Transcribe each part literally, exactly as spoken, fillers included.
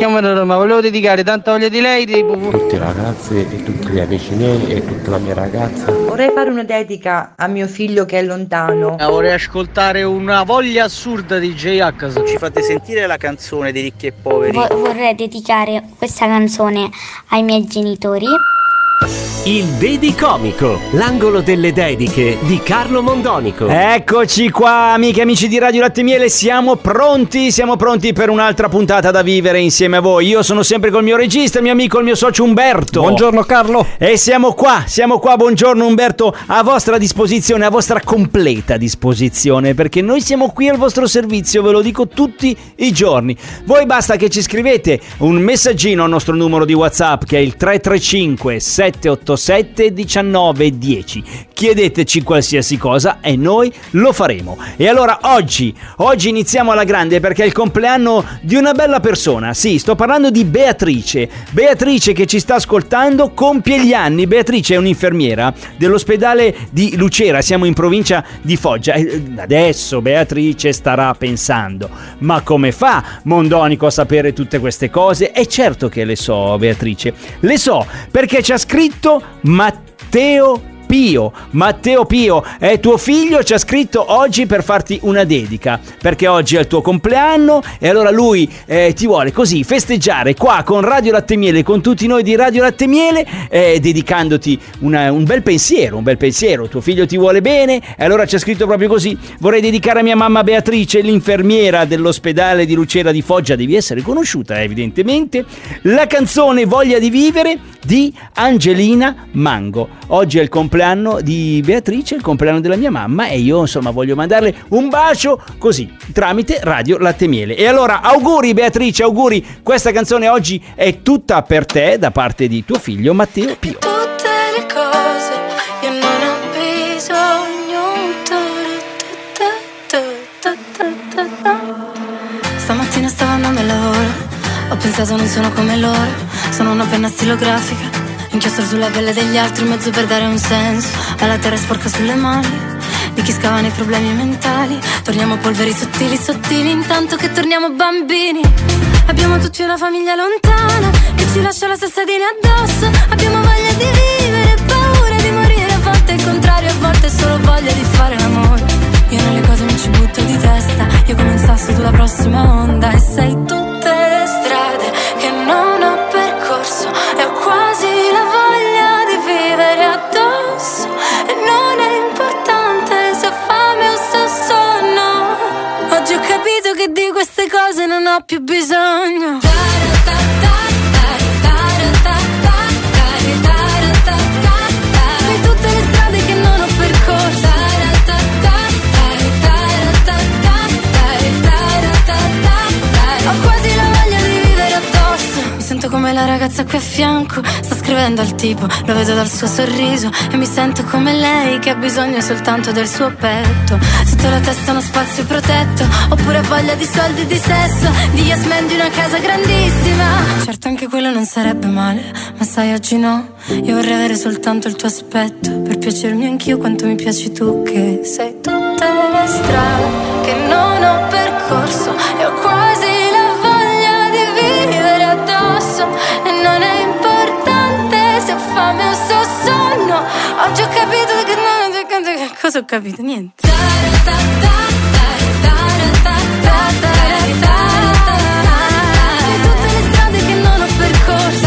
chiamo da Roma, volevo dedicare tanta voglia di lei tipo... tutte le ragazze e tutti gli amici miei e tutta la mia ragazza. Vorrei fare una dedica a mio figlio che è lontano. Vorrei ascoltare una voglia assurda di J-H. Ci fate sentire la canzone dei ricchi e poveri? Vo- vorrei dedicare questa canzone ai miei genitori. Il Dedicomico, l'angolo delle dediche di Carlo Mondonico. Eccoci qua, amiche e amici di Radio Latte e Miele, siamo pronti, siamo pronti per un'altra puntata da vivere insieme a voi. Io sono sempre col mio regista, il mio amico, il mio socio Umberto. Buongiorno Carlo. E siamo qua, siamo qua, buongiorno Umberto, a vostra disposizione, a vostra completa disposizione, perché noi siamo qui al vostro servizio, ve lo dico tutti i giorni. Voi basta che ci scrivete un messaggino al nostro numero di WhatsApp, che è il tre tre cinque sette otto sette uno nove uno zero. Chiedeteci qualsiasi cosa e noi lo faremo. E allora oggi, oggi iniziamo alla grande, perché è il compleanno di una bella persona. Sì, sto parlando di Beatrice. Beatrice che ci sta ascoltando compie gli anni. Beatrice è un'infermiera dell'ospedale di Lucera, siamo in provincia di Foggia. Adesso Beatrice starà pensando: ma come fa Mondonico a sapere tutte queste cose? E certo che le so, Beatrice. Le so perché ci ha scritto Matteo Pio. Matteo Pio è tuo figlio, ci ha scritto oggi per farti una dedica, perché oggi è il tuo compleanno e allora lui eh, ti vuole così festeggiare qua con Radio Latte e Miele, con tutti noi di Radio Latte e Miele, eh, dedicandoti una, un bel pensiero, un bel pensiero. Tuo figlio ti vuole bene e allora ci ha scritto proprio così: vorrei dedicare a mia mamma Beatrice, l'infermiera dell'ospedale di Lucera di Foggia, devi essere conosciuta evidentemente, la canzone Voglia di vivere di Angelina Mango. Oggi è il compleanno di Beatrice, il compleanno della mia mamma, e io insomma voglio mandarle un bacio così tramite Radio Latte e Miele. E allora auguri Beatrice, auguri, questa canzone oggi è tutta per te da parte di tuo figlio Matteo Pio. Tutte le cose io non ho bisogno. Stamattina stavo andando al lavoro, ho pensato non sono come loro, sono una penna stilografica, inchiostro sulla pelle degli altri, mezzo per dare un senso alla terra sporca sulle mani di chi scava nei problemi mentali. Torniamo polveri sottili, sottili, intanto che torniamo bambini. Abbiamo tutti una famiglia lontana che ci lascia la sassadina addosso. Abbiamo voglia di vivere, paura di morire, a volte è il contrario, a volte è solo voglia di fare l'amore. Io nelle cose mi ci butto di testa, io come un sasso, tu la prossima onda, e sei tutte le strade che non ho percorso e ho quasi la voglia di vivere addosso. E non è importante se ho fame o se ho sonno. Oggi ho capito che di queste cose non ho più bisogno. Sei tutte le strade che non ho percorso. Ho quasi la voglia di vivere addosso. Mi sento come la ragazza qui a fianco, sta scrivendo al tipo, lo vedo dal suo sorriso, e mi sento come lei che ha bisogno soltanto del suo petto. Sotto la testa uno spazio protetto, oppure ha voglia di soldi e di sesso, di yes man, di una casa grandissima. Certo anche quello non sarebbe male, ma sai oggi no. Io vorrei avere soltanto il tuo aspetto, per piacermi anch'io quanto mi piaci tu, che sei tutte le strade che non ho percorso e ho quasi la voglia di vivere addosso. E non è importante se ho fame o se ho sonno. Oggi ho capito che non... Cosa ho capito? Niente. Sei tutte le strade che non ho percorso.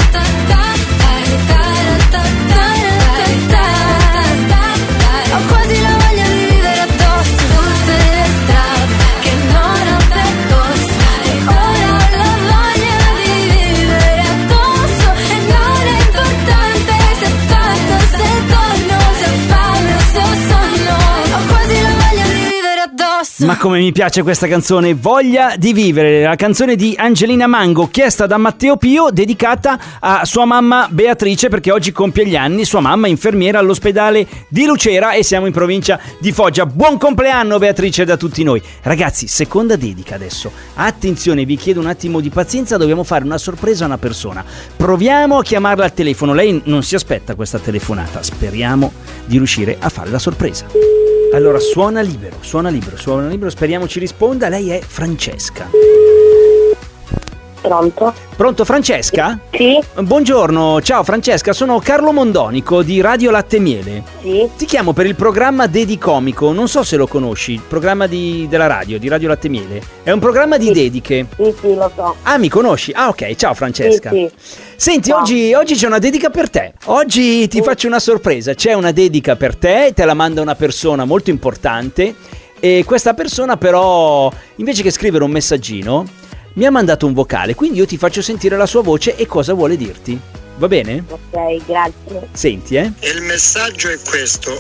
Ho quasi la voglia di vivere addosso. Tutte le strade che non ho percorso e ora ho la voglia di vivere addosso. E non è importante se parto, se torno, se ho fame o se ho sonno. Ho quasi la voglia di vivere addosso. Ma come mi piace questa canzone, Voglia di vivere, la canzone di Angelina Mango, chiesta da Matteo Pio, dedicata a sua mamma Beatrice, perché oggi compie gli anni, sua mamma infermiera all'ospedale di Lucera, e siamo in provincia di Foggia. Buon compleanno Beatrice da tutti noi. Ragazzi, seconda dedica adesso. Attenzione, vi chiedo un attimo di pazienza, dobbiamo fare una sorpresa a una persona. Proviamo a chiamarla al telefono, lei non si aspetta questa telefonata, speriamo di riuscire a fare la sorpresa. Allora, suona libero, suona libero, suona libero, speriamo ci risponda. Lei è Francesca. Pronto? Pronto, Francesca? Sì. Buongiorno, ciao Francesca, sono Carlo Mondonico di Radio Latte Miele. Sì. Ti chiamo per il programma Dedicomico, non so se lo conosci, il programma di, della radio, di Radio Latte Miele. È un programma di sì. dediche. Sì, sì, lo so. Ah, mi conosci? Ah, ok, ciao Francesca. Sì, sì. Senti, No. oggi, oggi c'è una dedica per te. Oggi ti Sì. faccio una sorpresa, c'è una dedica per te, te la manda una persona molto importante e questa persona però, invece che scrivere un messaggino, mi ha mandato un vocale, quindi io ti faccio sentire la sua voce e cosa vuole dirti. Va bene? Ok, grazie. Senti, eh? Il messaggio è questo.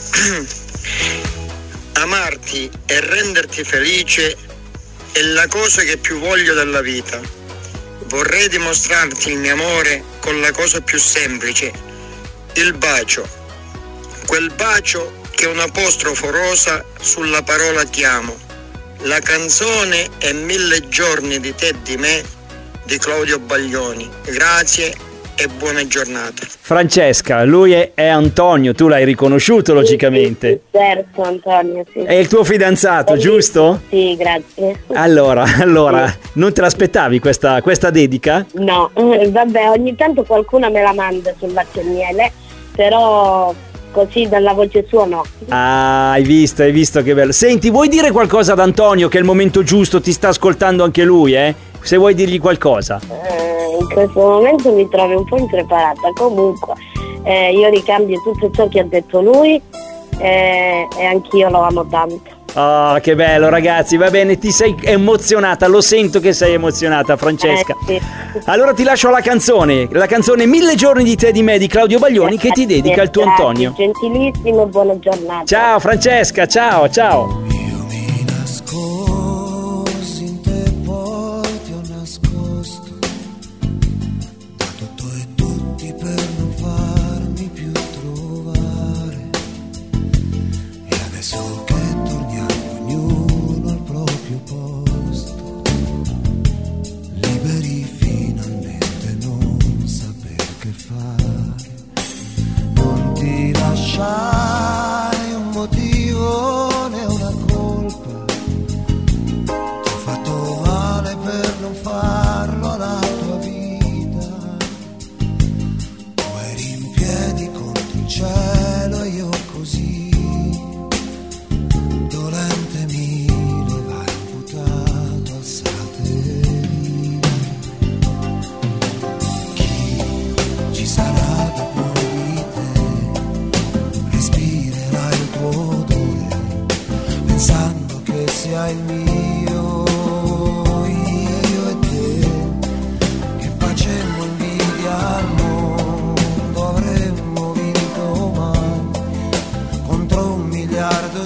Amarti e renderti felice è la cosa che più voglio della vita. Vorrei dimostrarti il mio amore con la cosa più semplice, il bacio. Quel bacio che è un apostrofo rosa sulla parola ti amo. La canzone è Mille giorni di te e di me di Claudio Baglioni. Grazie e buona giornata. Francesca, lui è, è Antonio, tu l'hai riconosciuto logicamente. Sì, sì, certo, Antonio, sì. È il tuo fidanzato, Sì, giusto? Sì, grazie. Allora, allora, non te l'aspettavi questa, questa dedica? No, eh, vabbè, ogni tanto qualcuno me la manda sul latte e miele, però così dalla voce sua no. Ah, hai visto, hai visto che bello. Senti, vuoi dire qualcosa ad Antonio che è il momento giusto, ti sta ascoltando anche lui, eh? Se vuoi dirgli qualcosa. Eh, in questo momento mi trovo un po' impreparata, comunque eh, io ricambio tutto ciò che ha detto lui eh, e anch'io lo amo tanto. Oh, che bello ragazzi, va bene, ti sei emozionata, lo sento che sei emozionata Francesca. Eh, sì. Allora ti lascio la canzone, la canzone Mille giorni di te e di me di Claudio Baglioni che ti dedica il tuo Grazie, Antonio. Gentilissimo e buona giornata. Ciao Francesca, ciao, ciao. Io mi nascosi in te, poi ti ho nascosto da tutto e tutti per non farmi più trovare. E adesso che torniamo ognuno al proprio posto, liberi finalmente, non saper che fare, non ti lasciare un motivo né una colpa, ti ho fatto male per non farlo alla tua vita, tu eri in piedi contro il cielo e io così, dolente mi levai imputato, alzate via. Chi ci sarà dopo di te? Respirerà il tuo odore, pensando che sia il mio, io e te, che facemmo invidia al mondo, avremmo vinto mai contro un miliardo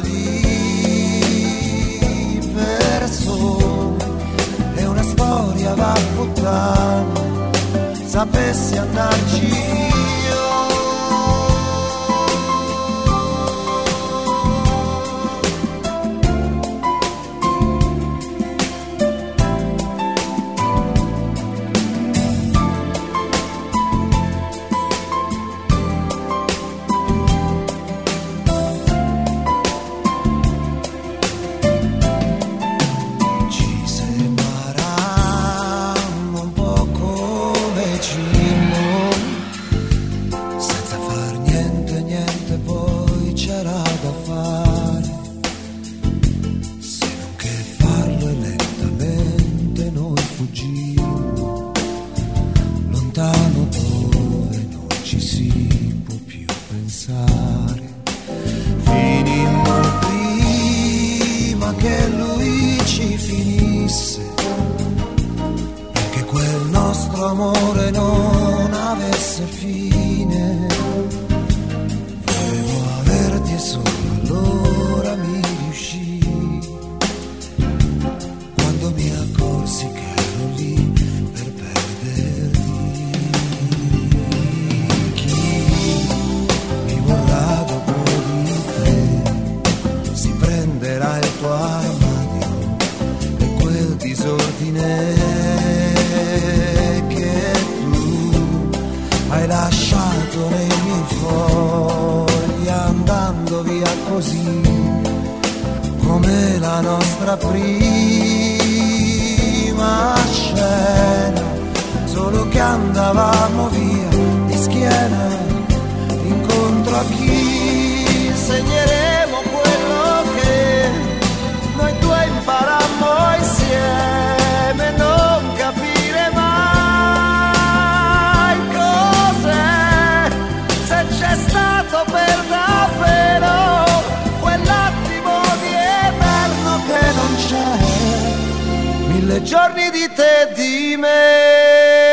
di persone, e una storia va a puttane, sapessi andarci io. Ci separammo un po' come cimmo, senza far niente, niente poi c'era da fare, se non che farlo e lentamente noi fuggimmo, lontano dove non ci si può più pensare. Finimmo prima che lui ci finisse, perché quel nostro amore non avesse fine. Volevo averti e solo allora mi riuscì, quando mi accorsi che ero lì per perderti. Chi mi vorrà dopo di te si prenderà il tuo armadio e quel disordine che tu hai lasciato nei miei fogli, andando via così come la nostra prima scena. andavamo via di schiena incontro a chi insegneremo quello che noi due imparammo insieme, non capire mai cos'è, se c'è stato per davvero quell'attimo di eterno che non c'è, mille giorni di te e di me.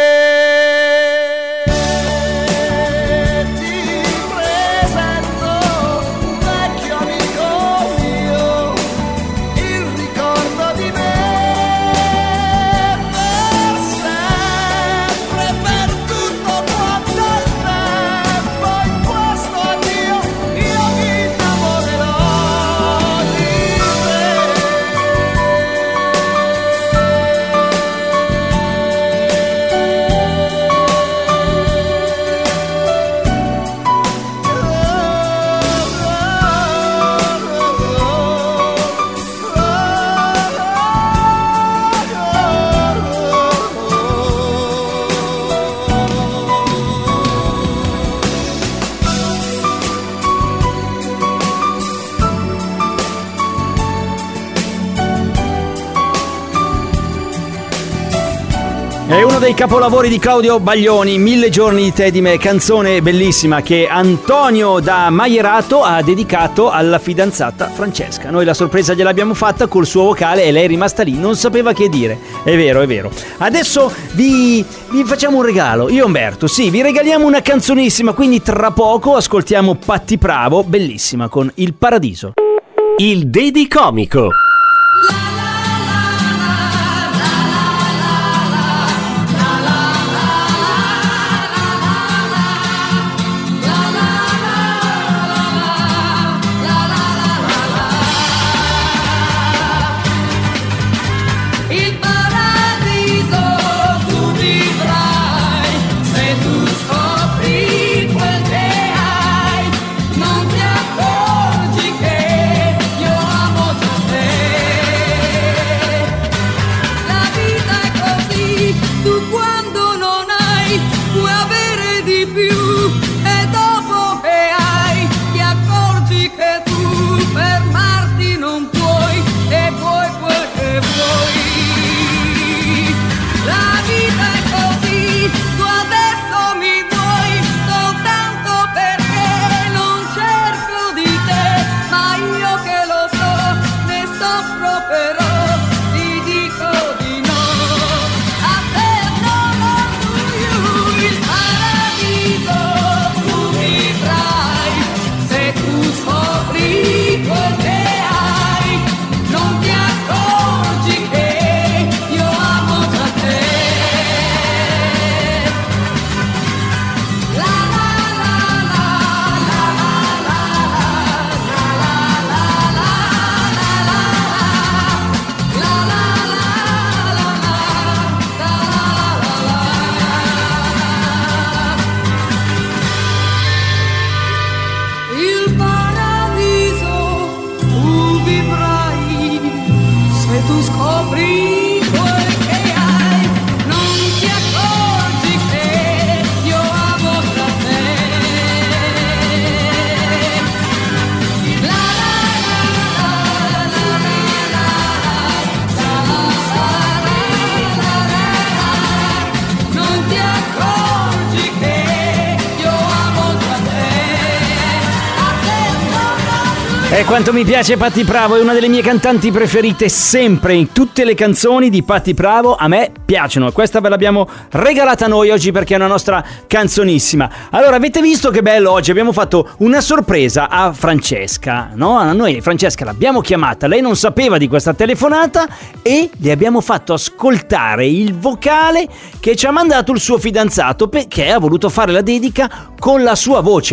È uno dei capolavori di Claudio Baglioni, Mille giorni di te e di me, canzone bellissima che Antonio da Maierato ha dedicato alla fidanzata Francesca. Noi la sorpresa gliel'abbiamo fatta col suo vocale e lei è rimasta lì, non sapeva che dire. È vero, è vero. Adesso vi, vi facciamo un regalo, io e Umberto, sì, vi regaliamo una canzonissima, quindi tra poco ascoltiamo Patti Bravo, bellissima, con Il Paradiso. Il Dedicomico. E quanto mi piace Patti Bravo, è una delle mie cantanti preferite sempre, in tutte le canzoni di Patti Bravo a me piacciono. Questa ve l'abbiamo regalata noi oggi perché è una nostra canzonissima. Allora, avete visto che bello oggi? Abbiamo fatto una sorpresa a Francesca, no? A noi Francesca l'abbiamo chiamata, lei non sapeva di questa telefonata e le abbiamo fatto ascoltare il vocale che ci ha mandato il suo fidanzato perché ha voluto fare la dedica con la sua voce.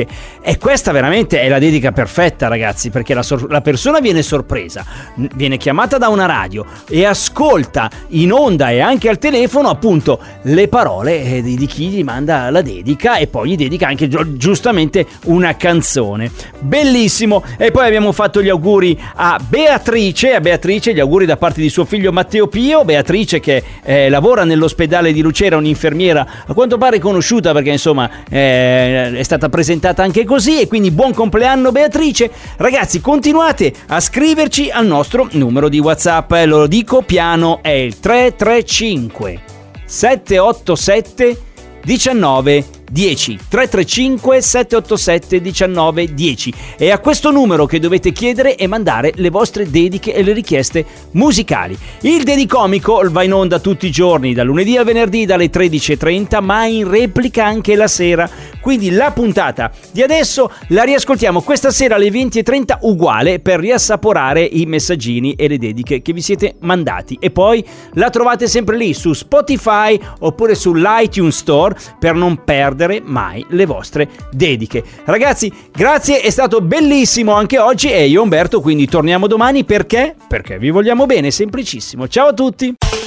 E questa veramente è la dedica perfetta, ragazzi, perché la, sor- la persona viene sorpresa, n- viene chiamata da una radio e ascolta in onda e anche al telefono appunto le parole eh, di, di chi gli manda la dedica, e poi gli dedica anche gi- giustamente una canzone. Bellissimo. E poi abbiamo fatto gli auguri a Beatrice, a Beatrice gli auguri da parte di suo figlio Matteo Pio. Beatrice che eh, lavora nell'ospedale di Lucera, un'infermiera a quanto pare conosciuta, perché insomma eh, è stata presentata anche così, e quindi buon compleanno Beatrice. Ragazzi, continuate a scriverci al nostro numero di WhatsApp, eh, lo dico piano, è il tre tre cinque sette otto sette diciannove dieci tre tre cinque sette otto sette diciannove dieci. È a questo numero che dovete chiedere e mandare le vostre dediche e le richieste musicali. Il Dedicomico va in onda tutti i giorni, da lunedì al venerdì dalle tredici e trenta, ma in replica anche la sera. Quindi la puntata di adesso la riascoltiamo questa sera alle venti e trenta uguale, per riassaporare i messaggini e le dediche che vi siete mandati. E poi la trovate sempre lì su Spotify oppure sull'iTunes Store per non perdere mai le vostre dediche. Ragazzi, grazie, è stato bellissimo anche oggi, e io Umberto quindi torniamo domani perché? Perché vi vogliamo bene, semplicissimo. Ciao a tutti.